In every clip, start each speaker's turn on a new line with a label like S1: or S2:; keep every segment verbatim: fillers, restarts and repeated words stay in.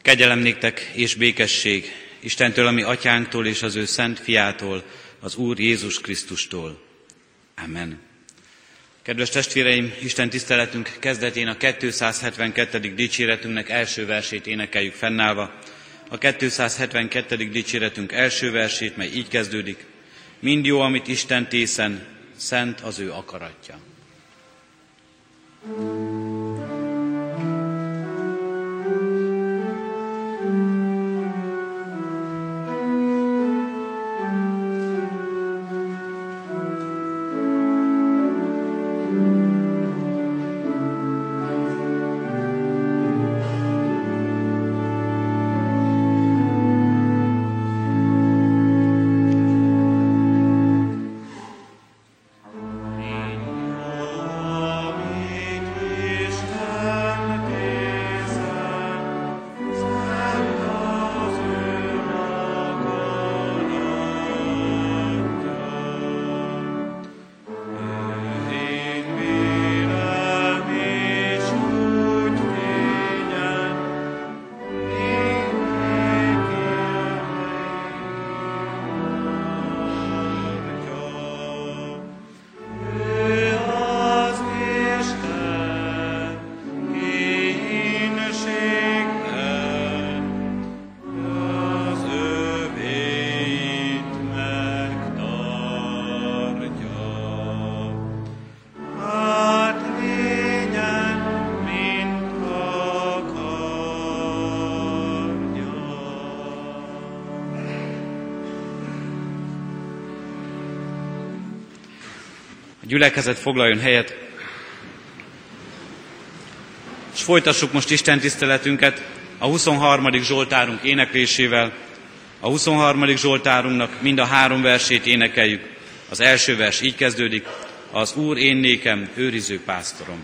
S1: Kegyelem néktek és békesség Istentől, a mi atyánktól és az ő szent fiától, az Úr Jézus Krisztustól. Amen. Kedves testvéreim, Isten tiszteletünk kezdetén a kétszázhetvenkettedik dicséretünknek első versét énekeljük fennállva. A kétszázhetvenkettedik dicséretünk első versét, mely így kezdődik: mind jó, amit Isten tészen, szent az ő akaratja. Gyülekezet foglaljon helyet, és folytassuk most Isten tiszteletünket a huszonharmadik Zsoltárunk éneklésével. A huszonharmadik Zsoltárunknak mind a három versét énekeljük. Az első vers így kezdődik: az Úr én nékem őriző pásztorom.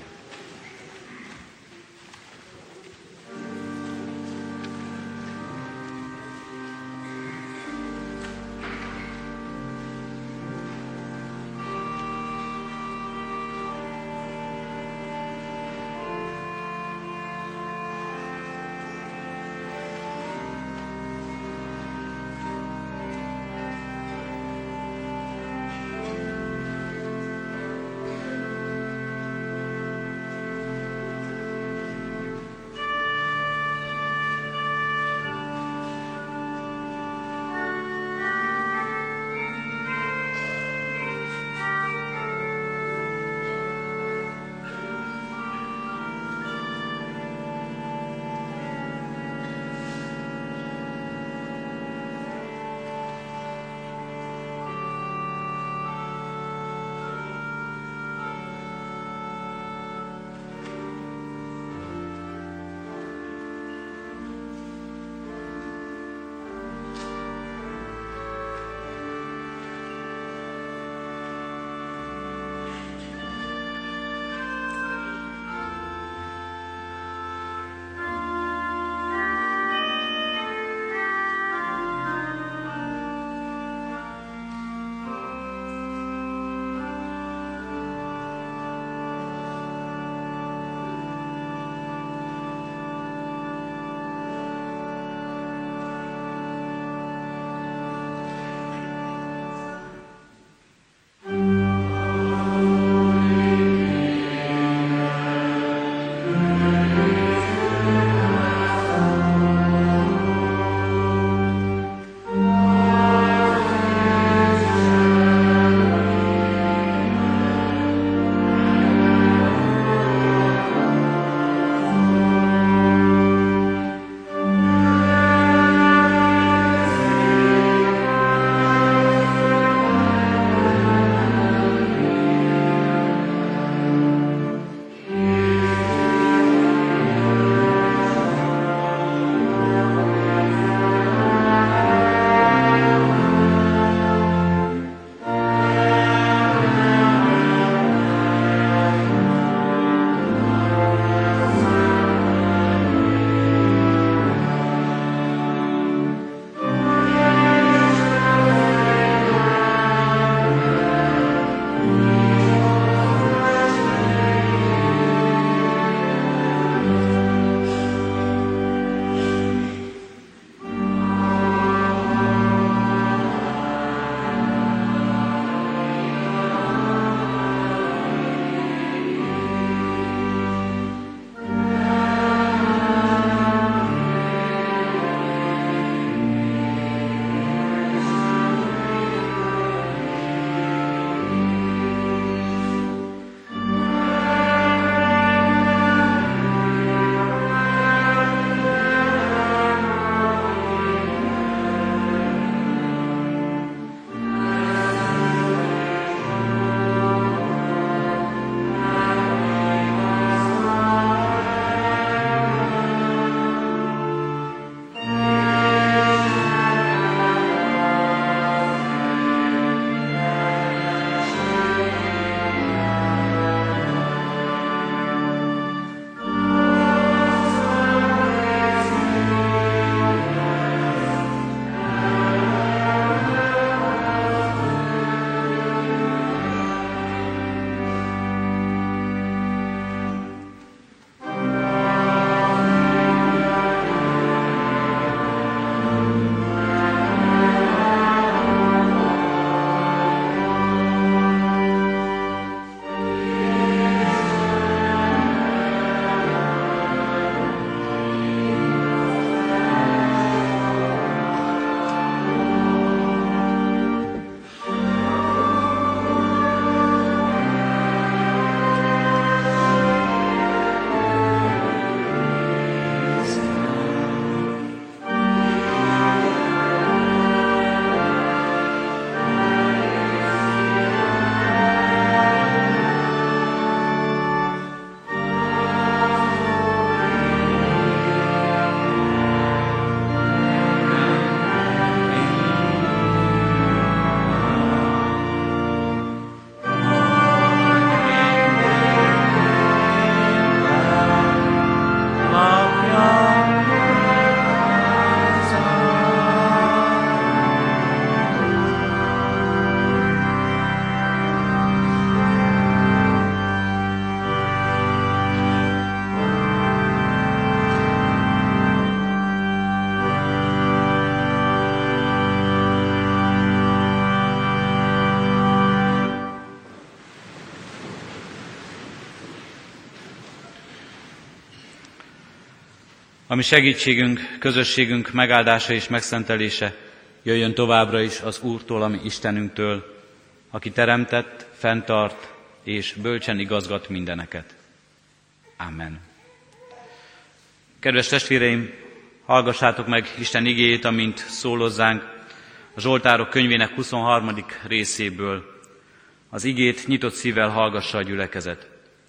S1: ami segítségünk, közösségünk megáldása és megszentelése jöjjön továbbra is az Úrtól, ami Istenünktől, aki teremtett, fenntart és bölcsen igazgat mindeneket. Amen. Kedves testvéreim, hallgassátok meg Isten igéjét, amint szólozzánk a Zsoltárok könyvének huszonharmadik részéből. Az igét nyitott szívvel hallgassa a gyülekezet.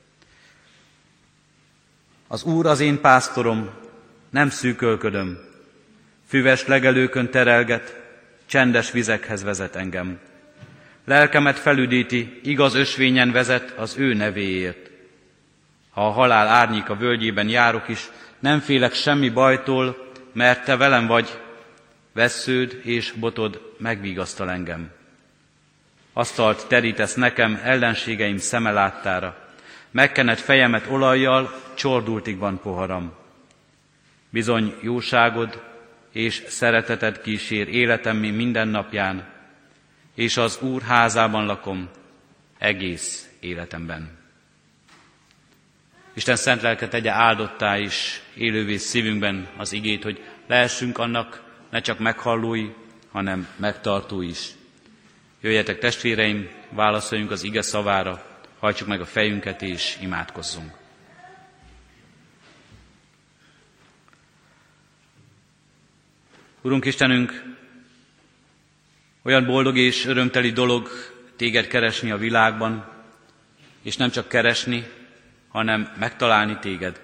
S1: Az Úr az én pásztorom, nem szűkölködöm. Füves legelőkön terelget, csendes vizekhez vezet engem. Lelkemet felüdíti, igaz ösvényen vezet az ő nevéért. Ha a halál árnyéka völgyében járok is, nem félek semmi bajtól, mert te velem vagy, vessződ és botod megvigasztal engem. Asztalt terítesz nekem ellenségeim szeme láttára, megkened fejemet olajjal, csordultig van poharam. Bizony jóságod és szereteted kísér életem minden napján, és az Úr házában lakom egész életemben. Isten szent lelke tegye áldottá is élővé szívünkben az igét, hogy lehessünk annak ne csak meghallói, hanem megtartói is. Jöjjetek testvéreim, válaszoljunk az ige szavára, hajtsuk meg a fejünket és imádkozzunk. Urunk Istenünk, olyan boldog és örömteli dolog téged keresni a világban, és nem csak keresni, hanem megtalálni téged.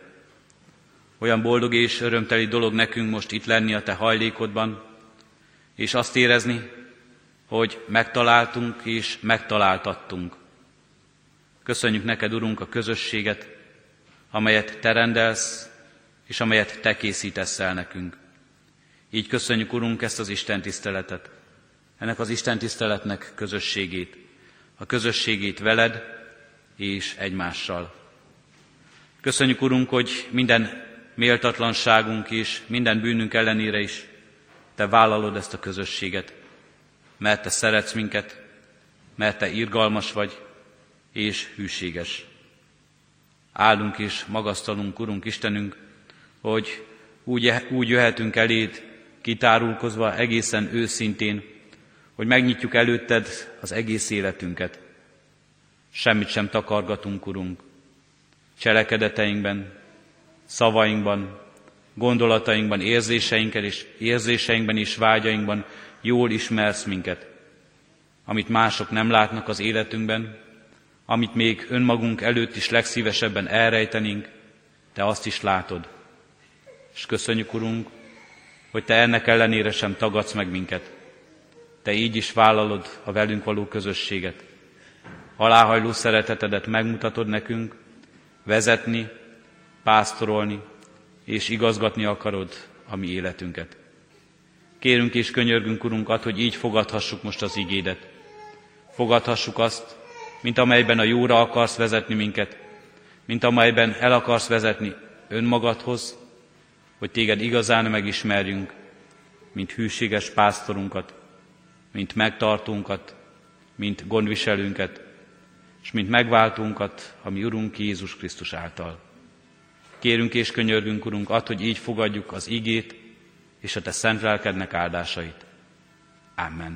S1: Olyan boldog és örömteli dolog nekünk most itt lenni a te hajlékodban, és azt érezni, hogy megtaláltunk és megtaláltattunk. Köszönjük neked, Urunk, a közösséget, amelyet te rendelsz, és amelyet te készítesz el nekünk. Így köszönjük, Urunk, ezt az Isten tiszteletet, ennek az Isten tiszteletnek közösségét, a közösségét veled és egymással. Köszönjük, Urunk, hogy minden méltatlanságunk és minden bűnünk ellenére is te vállalod ezt a közösséget, mert te szeretsz minket, mert te irgalmas vagy és hűséges. Áldunk és magasztalunk, Urunk Istenünk, hogy úgy, úgy jöhetünk eléd, kitárulkozva egészen őszintén, hogy megnyitjuk előtted az egész életünket. Semmit sem takargatunk, Urunk. Cselekedeteinkben, szavainkban, gondolatainkban, érzéseinkkel és érzéseinkben és vágyainkban jól ismersz minket. Amit mások nem látnak az életünkben, amit még önmagunk előtt is legszívesebben elrejtenénk, te azt is látod. És köszönjük, Urunk, hogy te ennek ellenére sem tagadsz meg minket. Te így is vállalod a velünk való közösséget. Aláhajló szeretetedet megmutatod nekünk, vezetni, pásztorolni és igazgatni akarod a mi életünket. Kérünk és könyörgünk, Urunk, ad, hogy így fogadhassuk most az igédet. Fogadhassuk azt, mint amelyben a jóra akarsz vezetni minket, mint amelyben el akarsz vezetni önmagadhoz, hogy téged igazán megismerjünk, mint hűséges pásztorunkat, mint megtartónkat, mint gondviselőnket, és mint megváltónkat, a mi Urunk Jézus Krisztus által. Kérünk és könyörgünk, Urunk, add, hogy így fogadjuk az igét és a te szent lelkednek áldásait. Amen.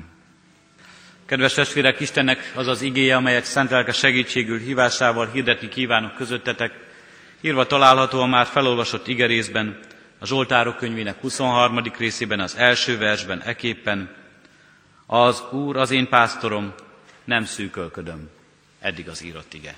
S1: Kedves testvérek, Istennek az az igéje, amelyet szent lelke segítségül hívásával hirdetni kívánok közöttetek, írva található a már felolvasott igerészben, a Zsoltárok könyvének huszonharmadik részében, az első versben eképpen: az Úr az én pásztorom, nem szűkölködöm. Eddig az írott ige.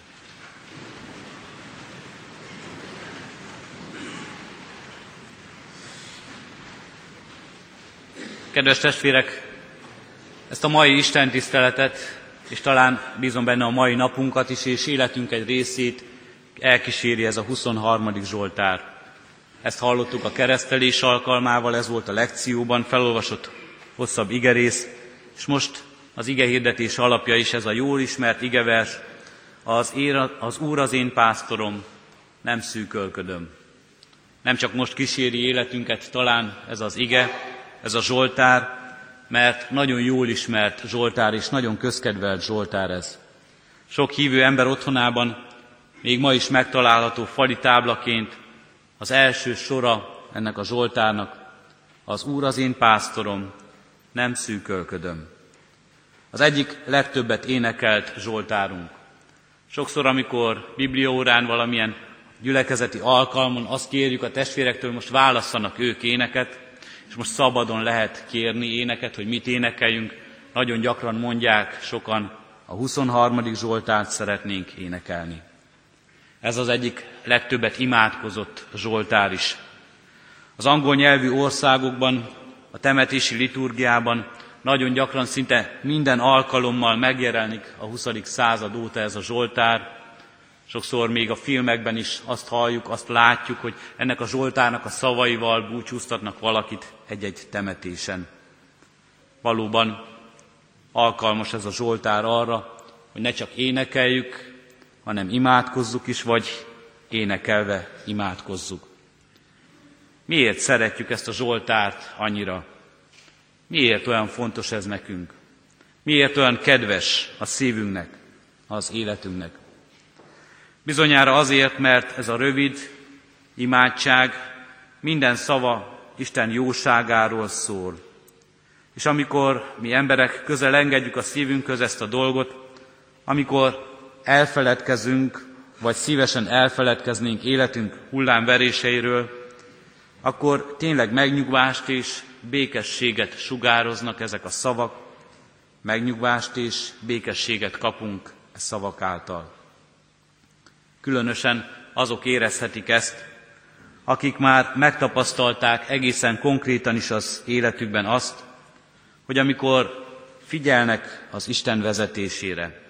S1: Kedves testvérek, ezt a mai istentiszteletet, és talán bízom benne a mai napunkat is, és életünk egy részét elkíséri ez a huszonharmadik Zsoltár. Ezt hallottuk a keresztelés alkalmával, ez volt a lekcióban felolvasott hosszabb igerész, és most az igehirdetés alapja is ez a jól ismert igevers: az, ér, az Úr az én pásztorom, nem szűkölködöm. Nem csak most kíséri életünket talán ez az ige, ez a Zsoltár, mert nagyon jól ismert Zsoltár és nagyon közkedvelt Zsoltár ez. Sok hívő ember otthonában még ma is megtalálható fali táblaként az első sora ennek a Zsoltárnak: az Úr az én pásztorom, nem szűkölködöm. Az egyik legtöbbet énekelt Zsoltárunk. Sokszor, amikor bibliaórán valamilyen gyülekezeti alkalmon azt kérjük a testvérektől, most válasszanak ők éneket, és most szabadon lehet kérni éneket, hogy mit énekeljünk. Nagyon gyakran mondják sokan, a huszonharmadik Zsoltárt szeretnénk énekelni. Ez az egyik legtöbbet imádkozott Zsoltár is. Az angol nyelvű országokban, a temetési liturgiában nagyon gyakran, szinte minden alkalommal megjelenik a huszadik század óta ez a Zsoltár. Sokszor még a filmekben is azt halljuk, azt látjuk, hogy ennek a Zsoltárnak a szavaival búcsúztatnak valakit egy-egy temetésen. Valóban alkalmas ez a Zsoltár arra, hogy ne csak énekeljük, hanem imádkozzuk is, vagy énekelve imádkozzuk. Miért szeretjük ezt a Zsoltárt annyira? Miért olyan fontos ez nekünk? Miért olyan kedves a szívünknek, az életünknek? Bizonyára azért, mert ez a rövid imádság minden szava Isten jóságáról szól. És amikor mi emberek közel engedjük a szívünkhöz ezt a dolgot, amikor elfeledkezünk, vagy szívesen elfeledkeznénk életünk hullámveréseiről, akkor tényleg megnyugvást és békességet sugároznak ezek a szavak, megnyugvást és békességet kapunk e szavak által. Különösen azok érezhetik ezt, akik már megtapasztalták egészen konkrétan is az életükben azt, hogy amikor figyelnek az Isten vezetésére,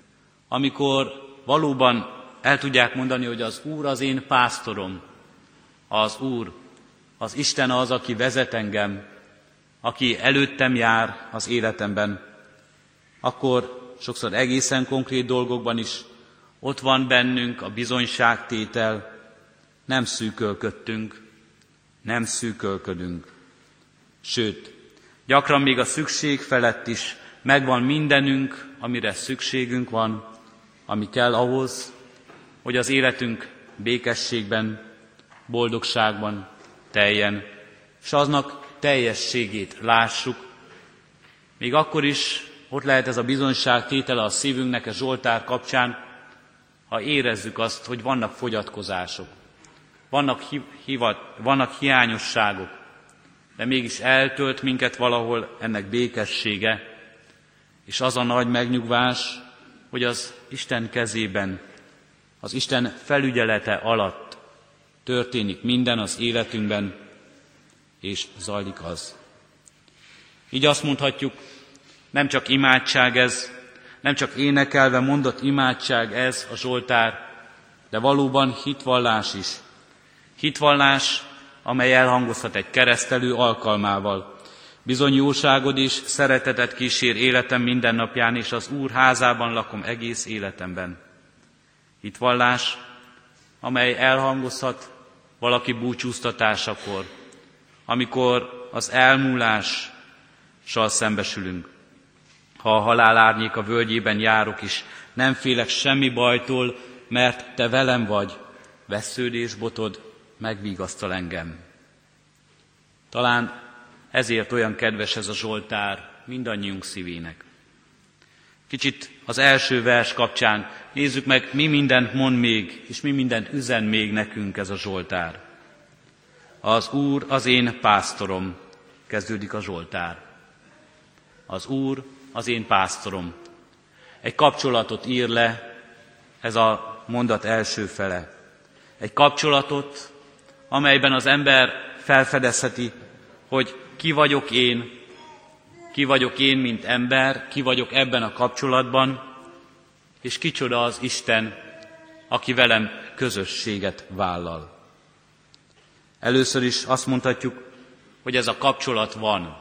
S1: amikor valóban el tudják mondani, hogy az Úr az én pásztorom, az Úr, az Isten az, aki vezet engem, aki előttem jár az életemben, akkor sokszor egészen konkrét dolgokban is ott van bennünk a bizonyságtétel, nem szűkölködtünk, nem szűkölködünk. Sőt, gyakran még a szükség felett is megvan mindenünk, amire szükségünk van, ami kell ahhoz, hogy az életünk békességben, boldogságban teljen, és aznak teljességét lássuk. Még akkor is ott lehet ez a bizonyságtétele a szívünknek a Zsoltár kapcsán, ha érezzük azt, hogy vannak fogyatkozások, vannak, hi- hivat, vannak hiányosságok, de mégis eltölt minket valahol ennek békessége, és az a nagy megnyugvás, hogy az Isten kezében, az Isten felügyelete alatt történik minden az életünkben, és zajlik az. Így azt mondhatjuk, nem csak imádság ez, nem csak énekelve mondott imádság ez a Zsoltár, de valóban hitvallás is. Hitvallás, amely elhangozhat egy keresztelő alkalmával. Bizony jóságod és szeretetet kísér életem mindennapján, és az Úr házában lakom egész életemben. Hitvallás, amely elhangozhat valaki búcsúztatásakor, amikor az elmúlással szembesülünk. Ha a halál árnyéka völgyében járok is, nem félek semmi bajtól, mert te velem vagy, vessződésbotod megvigasztal engem. Talán ezért olyan kedves ez a Zsoltár mindannyiunk szívének. Kicsit az első vers kapcsán nézzük meg, mi mindent mond még, és mi mindent üzen még nekünk ez a Zsoltár. Az Úr az én pásztorom, kezdődik a Zsoltár. Az Úr az én pásztorom. Egy kapcsolatot ír le ez a mondat első fele. Egy kapcsolatot, amelyben az ember felfedezheti, hogy ki vagyok én, ki vagyok én, mint ember, ki vagyok ebben a kapcsolatban, és kicsoda az Isten, aki velem közösséget vállal. Először is azt mondhatjuk, hogy ez a kapcsolat van,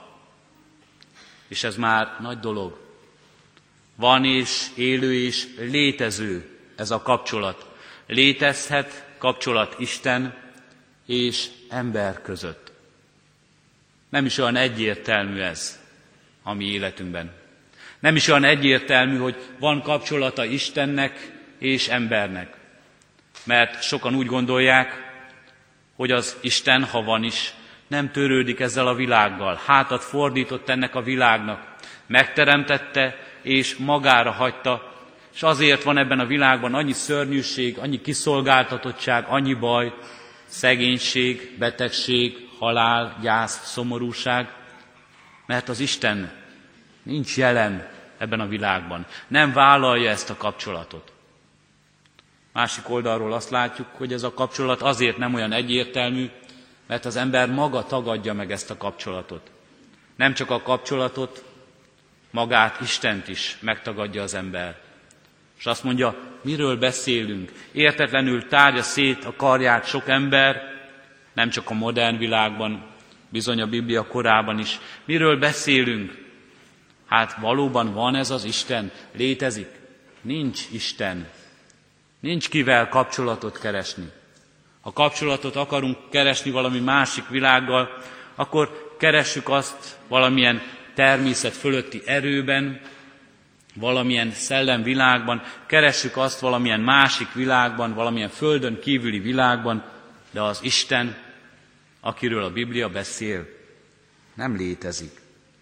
S1: és ez már nagy dolog. Van és élő és létező ez a kapcsolat. Létezhet kapcsolat Isten és ember között. Nem is olyan egyértelmű ez a mi életünkben. Nem is olyan egyértelmű, hogy van kapcsolata Istennek és embernek. Mert sokan úgy gondolják, hogy az Isten, ha van is, nem törődik ezzel a világgal, hátat fordított ennek a világnak, megteremtette és magára hagyta, és azért van ebben a világban annyi szörnyűség, annyi kiszolgáltatottság, annyi baj, szegénység, betegség, halál, gyász, szomorúság, mert az Isten nincs jelen ebben a világban, nem vállalja ezt a kapcsolatot. Másik oldalról azt látjuk, hogy ez a kapcsolat azért nem olyan egyértelmű, mert az ember maga tagadja meg ezt a kapcsolatot. Nem csak a kapcsolatot, magát, Istent is megtagadja az ember. És azt mondja, miről beszélünk? Értetlenül tárja szét a karját sok ember, nem csak a modern világban, bizony a Biblia korában is. Miről beszélünk? Hát valóban van ez az Isten? Létezik? Nincs Isten. Nincs kivel kapcsolatot keresni. Ha kapcsolatot akarunk keresni valami másik világgal, akkor keressük azt valamilyen természet fölötti erőben, valamilyen szellemvilágban, keressük azt valamilyen másik világban, valamilyen földön kívüli világban, de az Isten, akiről a Biblia beszél, nem létezik.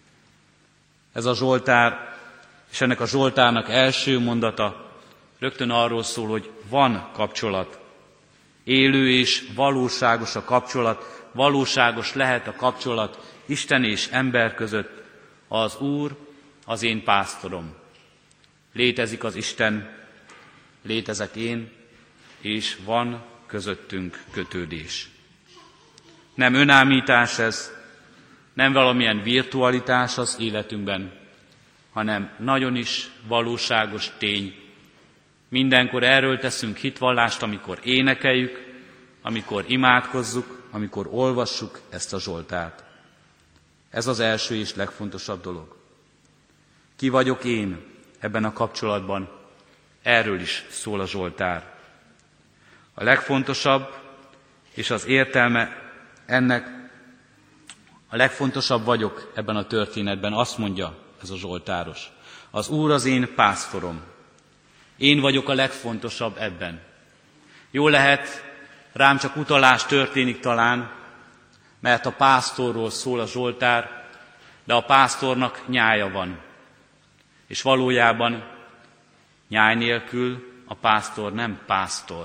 S1: Ez a Zsoltár, és ennek a Zsoltárnak első mondata rögtön arról szól, hogy van kapcsolat. Élő és valóságos a kapcsolat, valóságos lehet a kapcsolat Isten és ember között. Az Úr az én pásztorom. Létezik az Isten, létezek én, és van közöttünk kötődés. Nem önállítás ez, nem valamilyen virtualitás az életünkben, hanem nagyon is valóságos tény. Mindenkor erről teszünk hitvallást, amikor énekeljük, amikor imádkozzuk, amikor olvassuk ezt a Zsoltárt. Ez az első és legfontosabb dolog. Ki vagyok én ebben a kapcsolatban? Erről is szól a Zsoltár. A legfontosabb, és az értelme ennek, a legfontosabb vagyok ebben a történetben, azt mondja ez a Zsoltáros. Az Úr az én pásztorom. Én vagyok a legfontosabb ebben. Jó lehet, rám csak utalás történik talán, mert a pásztorról szól a Zsoltár, de a pásztornak nyája van. És valójában nyáj nélkül a pásztor nem pásztor.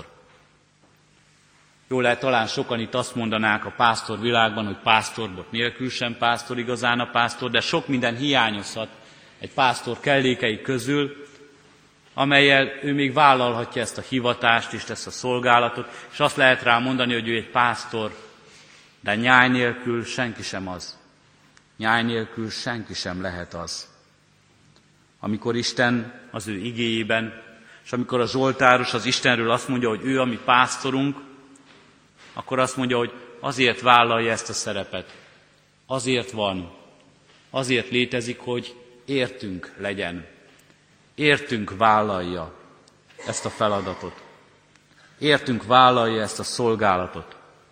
S1: Jó lehet, talán sokan itt azt mondanák a pásztor világban, hogy pásztorbot nélkül sem pásztor igazán a pásztor, de sok minden hiányozhat egy pásztor kellékei közül, amellyel ő még vállalhatja ezt a hivatást és ezt a szolgálatot, és azt lehet rá mondani, hogy ő egy pásztor, de nyáj nélkül senki sem az. Nyáj nélkül senki sem lehet az. Amikor Isten az ő igéjében, és amikor a Zsoltáros az Istenről azt mondja, hogy ő a mi pásztorunk, akkor azt mondja, hogy azért vállalja ezt a szerepet. Azért van, azért létezik, hogy értünk legyen. Értünk vállalja ezt a feladatot. Értünk vállalja ezt a szolgálatot.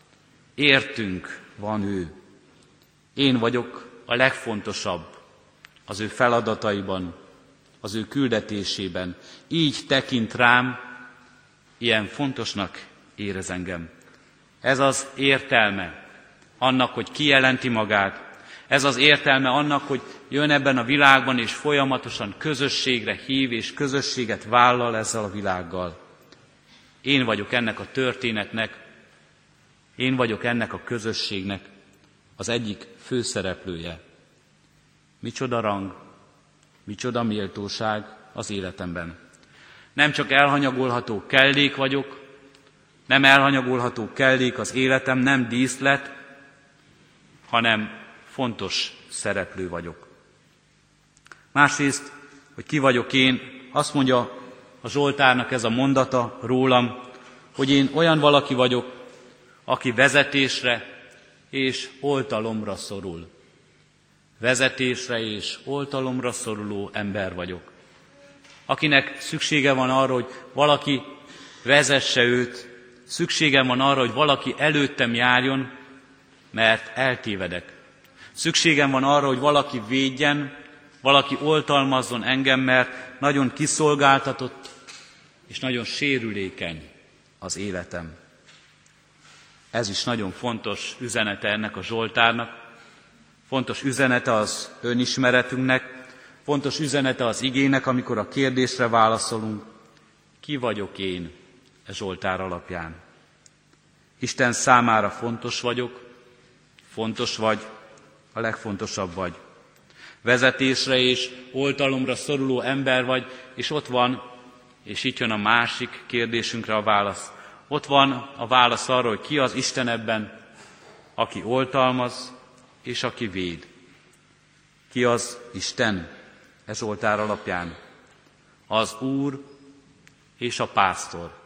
S1: Értünk van ő. Én vagyok a legfontosabb az ő feladataiban, az ő küldetésében. Így tekint rám, ilyen fontosnak érez engem. Ez az értelme annak, hogy kijelenti magát. Ez az értelme annak, hogy jön ebben a világban, és folyamatosan közösségre hív, és közösséget vállal ezzel a világgal. Én vagyok ennek a történetnek, én vagyok ennek a közösségnek az egyik főszereplője. Micsoda rang, micsoda méltóság az életemben. Nem csak elhanyagolható kellék vagyok, nem elhanyagolható kellék az életem, nem díszlet, hanem fontos szereplő vagyok. Másrészt, hogy ki vagyok én, azt mondja a Zsoltárnak ez a mondata rólam, hogy én olyan valaki vagyok, aki vezetésre és oltalomra szorul. Vezetésre és oltalomra szoruló ember vagyok. Akinek szüksége van arra, hogy valaki vezesse őt, szükségem van arra, hogy valaki előttem járjon, mert eltévedek. Szükségem van arra, hogy valaki védjen, valaki oltalmazzon engem, mert nagyon kiszolgáltatott és nagyon sérülékeny az életem. Ez is nagyon fontos üzenete ennek a Zsoltárnak, fontos üzenete az önismeretünknek, fontos üzenete az igének, amikor a kérdésre válaszolunk, ki vagyok én e Zsoltár alapján. Isten számára fontos vagyok, fontos vagy, a legfontosabb vagy. Vezetésre és oltalomra szoruló ember vagy, és ott van, és itt jön a másik kérdésünkre a válasz. Ott van a válasz arra, hogy ki az Isten ebben, aki oltalmaz, és aki véd. Ki az Isten e Zsoltár alapján? Az Úr és a pásztor.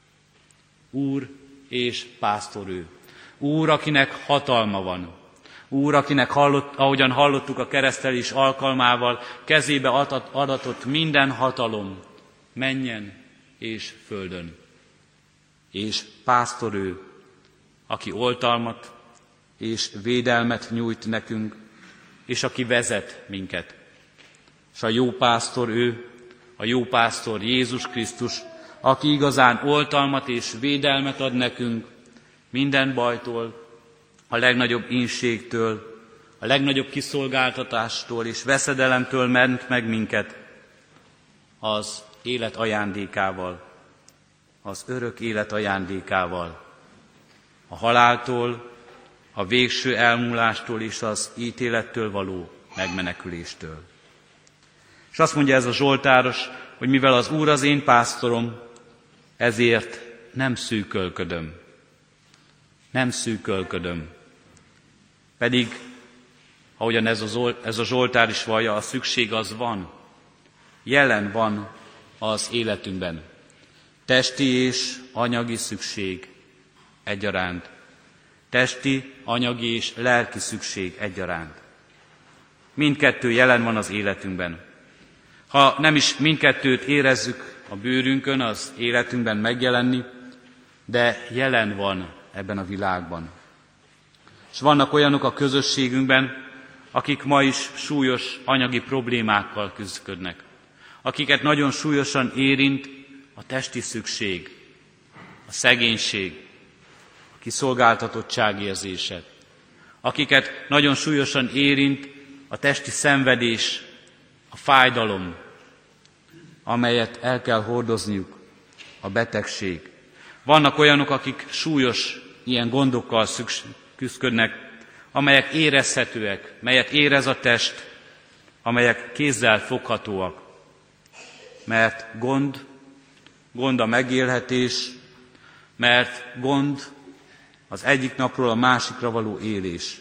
S1: Úr és pásztor ő. Úr, akinek hatalma van. Úr, akinek hallott, ahogyan hallottuk a keresztelés alkalmával, kezébe adatott minden hatalom, mennyen és földön. És pásztor ő, aki oltalmat és védelmet nyújt nekünk, és aki vezet minket. És a jó pásztor ő, a jó pásztor Jézus Krisztus, aki igazán oltalmat és védelmet ad nekünk minden bajtól, a legnagyobb ínségtől, a legnagyobb kiszolgáltatástól és veszedelemtől ment meg minket az élet ajándékával, az örök élet ajándékával, a haláltól, a végső elmúlástól és az ítélettől való megmeneküléstől. És azt mondja ez a zsoltáros, hogy mivel az Úr az én pásztorom, ezért nem szűkölködöm. Nem szűkölködöm. Pedig, ahogyan ez a, Zol, ez a zsoltár is vallja, a szükség az van. Jelen van az életünkben. Testi és anyagi szükség egyaránt. Testi, anyagi és lelki szükség egyaránt. Mindkettő jelen van az életünkben. Ha nem is mindkettőt érezzük a bőrünkön, az életünkben megjelenni, de jelen van ebben a világban. És vannak olyanok a közösségünkben, akik ma is súlyos anyagi problémákkal küzdködnek, akiket nagyon súlyosan érint a testi szükség, a szegénység, a kiszolgáltatottság érzése, akiket nagyon súlyosan érint a testi szenvedés, a fájdalom, amelyet el kell hordozniuk, a betegség. Vannak olyanok, akik súlyos ilyen gondokkal küzdködnek, amelyek érezhetőek, melyet érez a test, amelyek kézzel foghatóak. Mert gond, gond a megélhetés, mert gond az egyik napról a másikra való élés.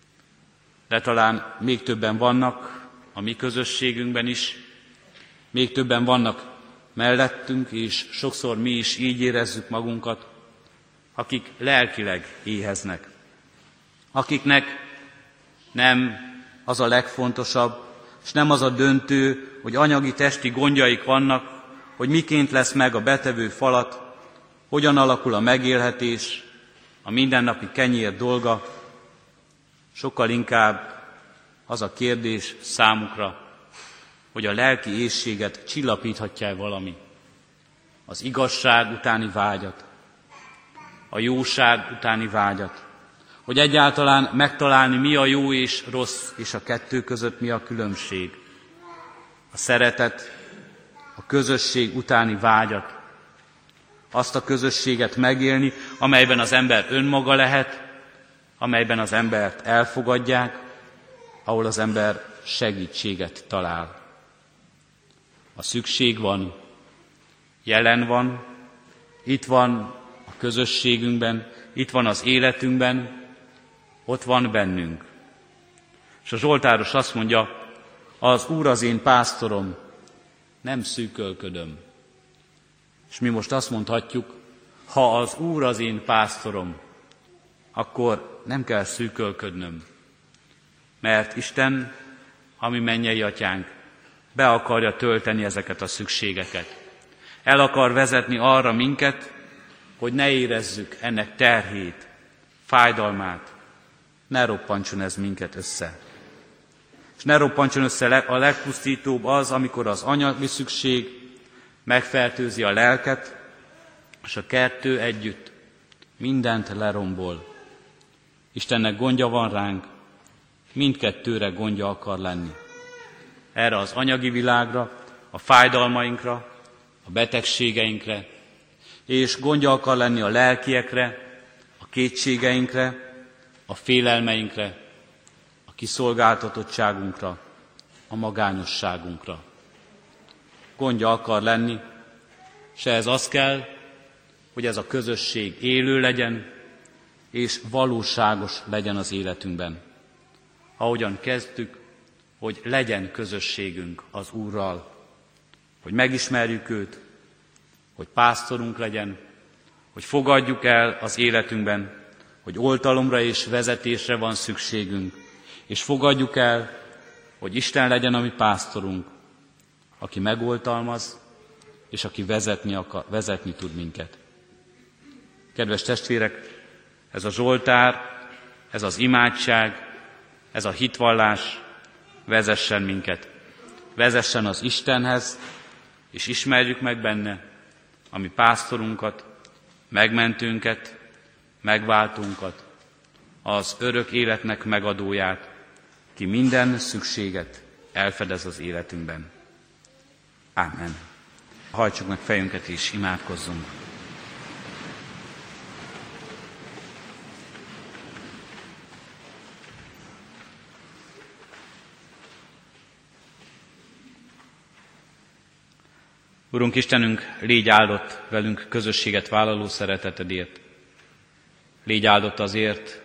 S1: De talán még többen vannak a mi közösségünkben is, még többen vannak mellettünk, és sokszor mi is így érezzük magunkat, akik lelkileg éheznek, akiknek nem az a legfontosabb, és nem az a döntő, hogy anyagi testi gondjaik vannak, hogy miként lesz meg a betevő falat, hogyan alakul a megélhetés, a mindennapi kenyér dolga, sokkal inkább az a kérdés számukra, hogy a lelki éhséget csillapíthatja-e valami, az igazság utáni vágyat, a jóság utáni vágyat, hogy egyáltalán megtalálni, mi a jó és rossz, és a kettő között mi a különbség, a szeretet, a közösség utáni vágyat, azt a közösséget megélni, amelyben az ember önmaga lehet, amelyben az embert elfogadják, ahol az ember segítséget talál. A szükség van, jelen van, itt van a közösségünkben, itt van az életünkben, ott van bennünk. És a zsoltáros azt mondja, az Úr az én pásztorom, nem szűkölködöm. És mi most azt mondhatjuk, ha az Úr az én pásztorom, akkor nem kell szűkölködnöm. Mert Isten, ami mennyei atyánk, be akarja tölteni ezeket a szükségeket. El akar vezetni arra minket, hogy ne érezzük ennek terhét, fájdalmát. Ne roppantson ez minket össze. És ne roppantson össze a legpusztítóbb az, amikor az anyagi szükség megfertőzi a lelket, és a kettő együtt mindent lerombol. Istennek gondja van ránk, mindkettőre gondja akar lenni. Erre az anyagi világra, a fájdalmainkra, a betegségeinkre, és gondja akar lenni a lelkiekre, a kétségeinkre, a félelmeinkre, a kiszolgáltatottságunkra, a magányosságunkra. Gondja akar lenni, s ehhez az kell, hogy ez a közösség élő legyen, és valóságos legyen az életünkben. Ahogyan kezdtük, hogy legyen közösségünk az Úrral, hogy megismerjük őt, hogy pásztorunk legyen, hogy fogadjuk el az életünkben, hogy oltalomra és vezetésre van szükségünk, és fogadjuk el, hogy Isten legyen a mi pásztorunk, aki megoltalmaz, és aki vezetni, akar, vezetni tud minket. Kedves testvérek, ez a Zsoltár, ez az imádság, ez a hitvallás vezessen minket. Vezessen az Istenhez, és ismerjük meg benne a mi pásztorunkat, megmentőnket, megváltunkat, az örök életnek megadóját, ki minden szükséget elfedez az életünkben. Ámen. Hajtsuk meg fejünket és imádkozzunk. Urunk Istenünk, légy áldott velünk közösséget vállaló szeretetedért. Légy áldott azért,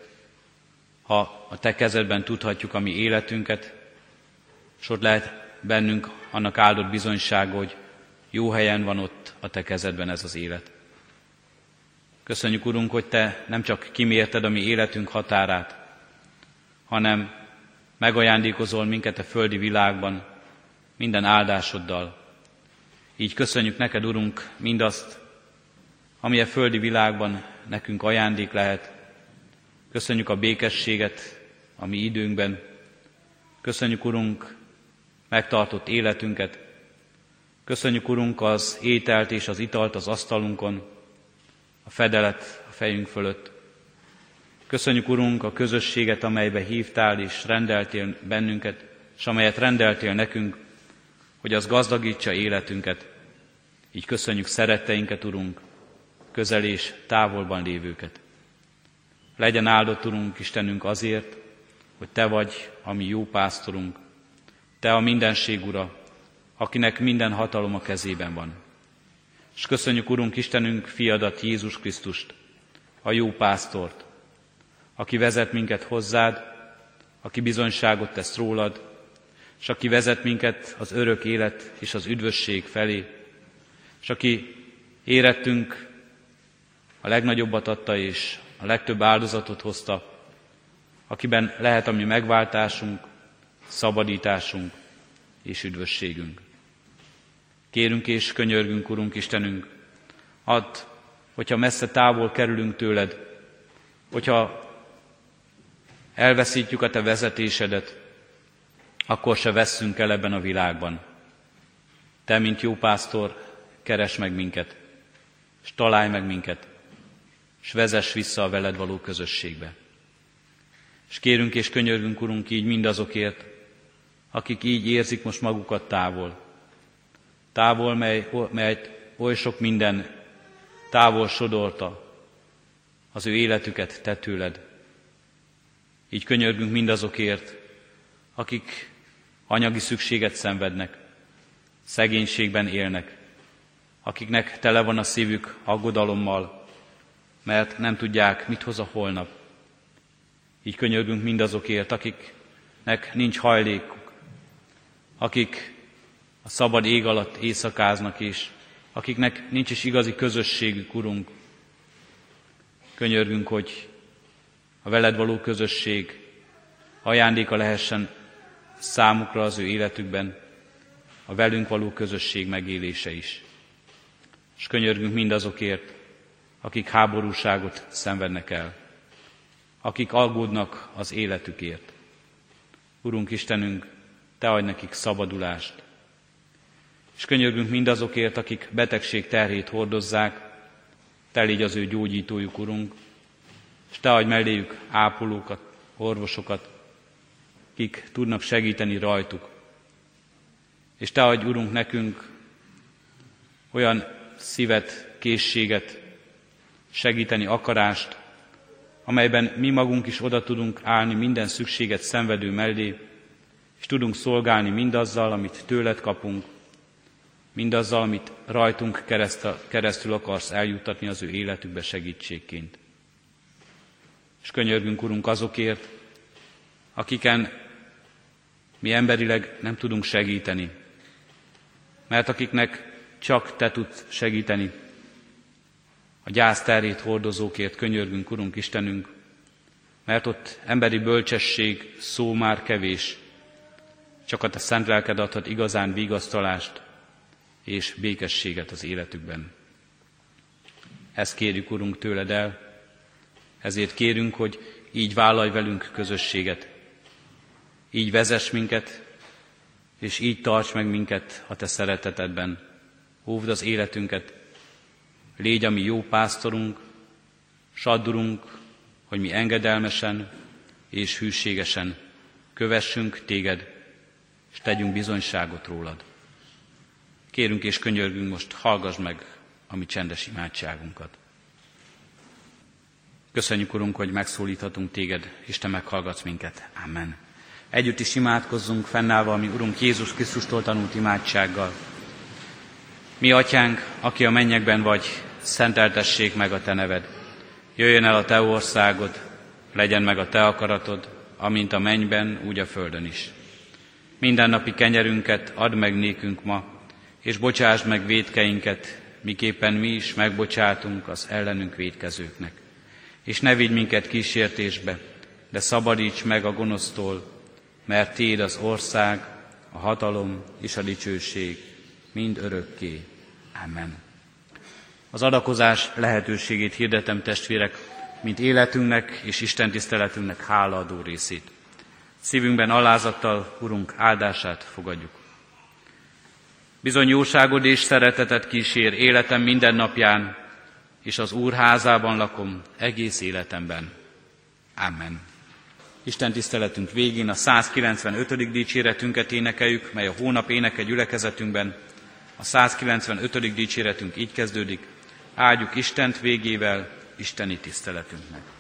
S1: ha a Te kezedben tudhatjuk a mi életünket, és ott lehet bennünk annak áldott bizonysága, hogy jó helyen van ott a Te kezedben ez az élet. Köszönjük, Urunk, hogy Te nem csak kimérted a mi életünk határát, hanem megajándékozol minket a földi világban minden áldásoddal. Így köszönjük neked, Urunk, mindazt, ami a földi világban nekünk ajándék lehet. Köszönjük a békességet a mi időnkben. Köszönjük, Urunk, megtartott életünket. Köszönjük, Urunk, az ételt és az italt az asztalunkon, a fedelet a fejünk fölött. Köszönjük, Urunk, a közösséget, amelybe hívtál és rendeltél bennünket, és amelyet rendeltél nekünk, hogy az gazdagítsa életünket. Így köszönjük szeretteinket, Urunk, közel és távolban lévőket. Legyen áldott, Urunk, Istenünk azért, hogy Te vagy a mi jó pásztorunk, Te a mindenség Ura, akinek minden hatalom a kezében van. És köszönjük, Urunk, Istenünk, Fiadat, Jézus Krisztust, a jó pásztort, aki vezet minket hozzád, aki bizonyságot tesz rólad, és aki vezet minket az örök élet és az üdvösség felé, és aki érettünk a legnagyobbat adta és a legtöbb áldozatot hozta, akiben lehet a mi megváltásunk, szabadításunk és üdvösségünk. Kérünk és könyörgünk, Urunk Istenünk, add, hogyha messze távol kerülünk tőled, hogyha elveszítjük a Te vezetésedet, akkor se vesszünk el ebben a világban. Te, mint jó pásztor, keresd meg minket, és találj meg minket, és vezess vissza a veled való közösségbe. És kérünk és könyörgünk, Urunk, így mindazokért, akik így érzik most magukat távol. Távol, mely, mely oly sok minden távol sodorta az ő életüket te tőled. Így könyörgünk mindazokért, akik anyagi szükséget szenvednek, szegénységben élnek, akiknek tele van a szívük aggodalommal, mert nem tudják, mit hoz a holnap. Így könyörgünk mindazokért, akiknek nincs hajlékuk, akik a szabad ég alatt éjszakáznak is, akiknek nincs is igazi közösségük, Urunk. Könyörgünk, hogy a veled való közösség ajándéka lehessen számukra az ő életükben, a velünk való közösség megélése is. És könyörgünk mindazokért, akik háborúságot szenvednek el, akik aggódnak az életükért. Urunk Istenünk, Te adj nekik szabadulást. És könyörgünk mindazokért, akik betegség terhét hordozzák, Te légy az ő gyógyítójuk, Urunk, és Te adj melléjük ápolókat, orvosokat, kik tudnak segíteni rajtuk. És Te adj, Urunk, nekünk olyan szívet, készséget, segíteni akarást, amelyben mi magunk is oda tudunk állni minden szükséget szenvedő mellé, és tudunk szolgálni mindazzal, amit tőled kapunk, mindazzal, amit rajtunk keresztül akarsz eljuttatni az ő életükbe segítségként. És könyörgünk, Urunk, azokért, akiken mi emberileg nem tudunk segíteni, mert akiknek csak Te tudsz segíteni, a gyász terhét hordozókért könyörgünk, Urunk Istenünk, mert ott emberi bölcsesség, szó már kevés, csak a Te szent lelked adhat igazán vigasztalást és békességet az életükben. Ezt kérjük, Urunk, tőled el, ezért kérünk, hogy így vállalj velünk közösséget, így vezess minket, és így tarts meg minket a Te szeretetedben. Óvd az életünket, légy a mi jó pásztorunk, s add, Urunk, hogy mi engedelmesen és hűségesen kövessünk Téged, és tegyünk bizonyságot rólad. Kérünk és könyörgünk most, hallgass meg a mi csendes imádságunkat. Köszönjük, Urunk, hogy megszólíthatunk Téged, és Te meghallgatsz minket. Amen. Együtt is imádkozzunk, fennállva a mi Urunk Jézus Krisztustól tanult imádsággal. Mi Atyánk, aki a mennyekben vagy, szenteltessék meg a Te neved. Jöjjön el a Te országod, legyen meg a Te akaratod, amint a mennyben, úgy a földön is. Mindennapi kenyerünket add meg nékünk ma, és bocsásd meg vétkeinket, miképpen mi is megbocsátunk az ellenünk vétkezőknek. És ne vigy minket kísértésbe, de szabadíts meg a gonosztól, mert Tiéd az ország, a hatalom és a dicsőség mind örökké. Amen. Az adakozás lehetőségét hirdetem, testvérek, mint életünknek és istentiszteletünknek hálaadó részét. Szívünkben alázattal, Urunk, áldását fogadjuk. Bizony jóságod és szeretetet kísér életem minden napján, és az Úr házában lakom egész életemben. Amen. Isten tiszteletünk végén a százkilencvenötödik dicséretünket énekeljük, mely a hónap éneke gyülekezetünkben. A százkilencvenötödik dicséretünk így kezdődik: áldjuk Istent végével, isteni tiszteletünknek.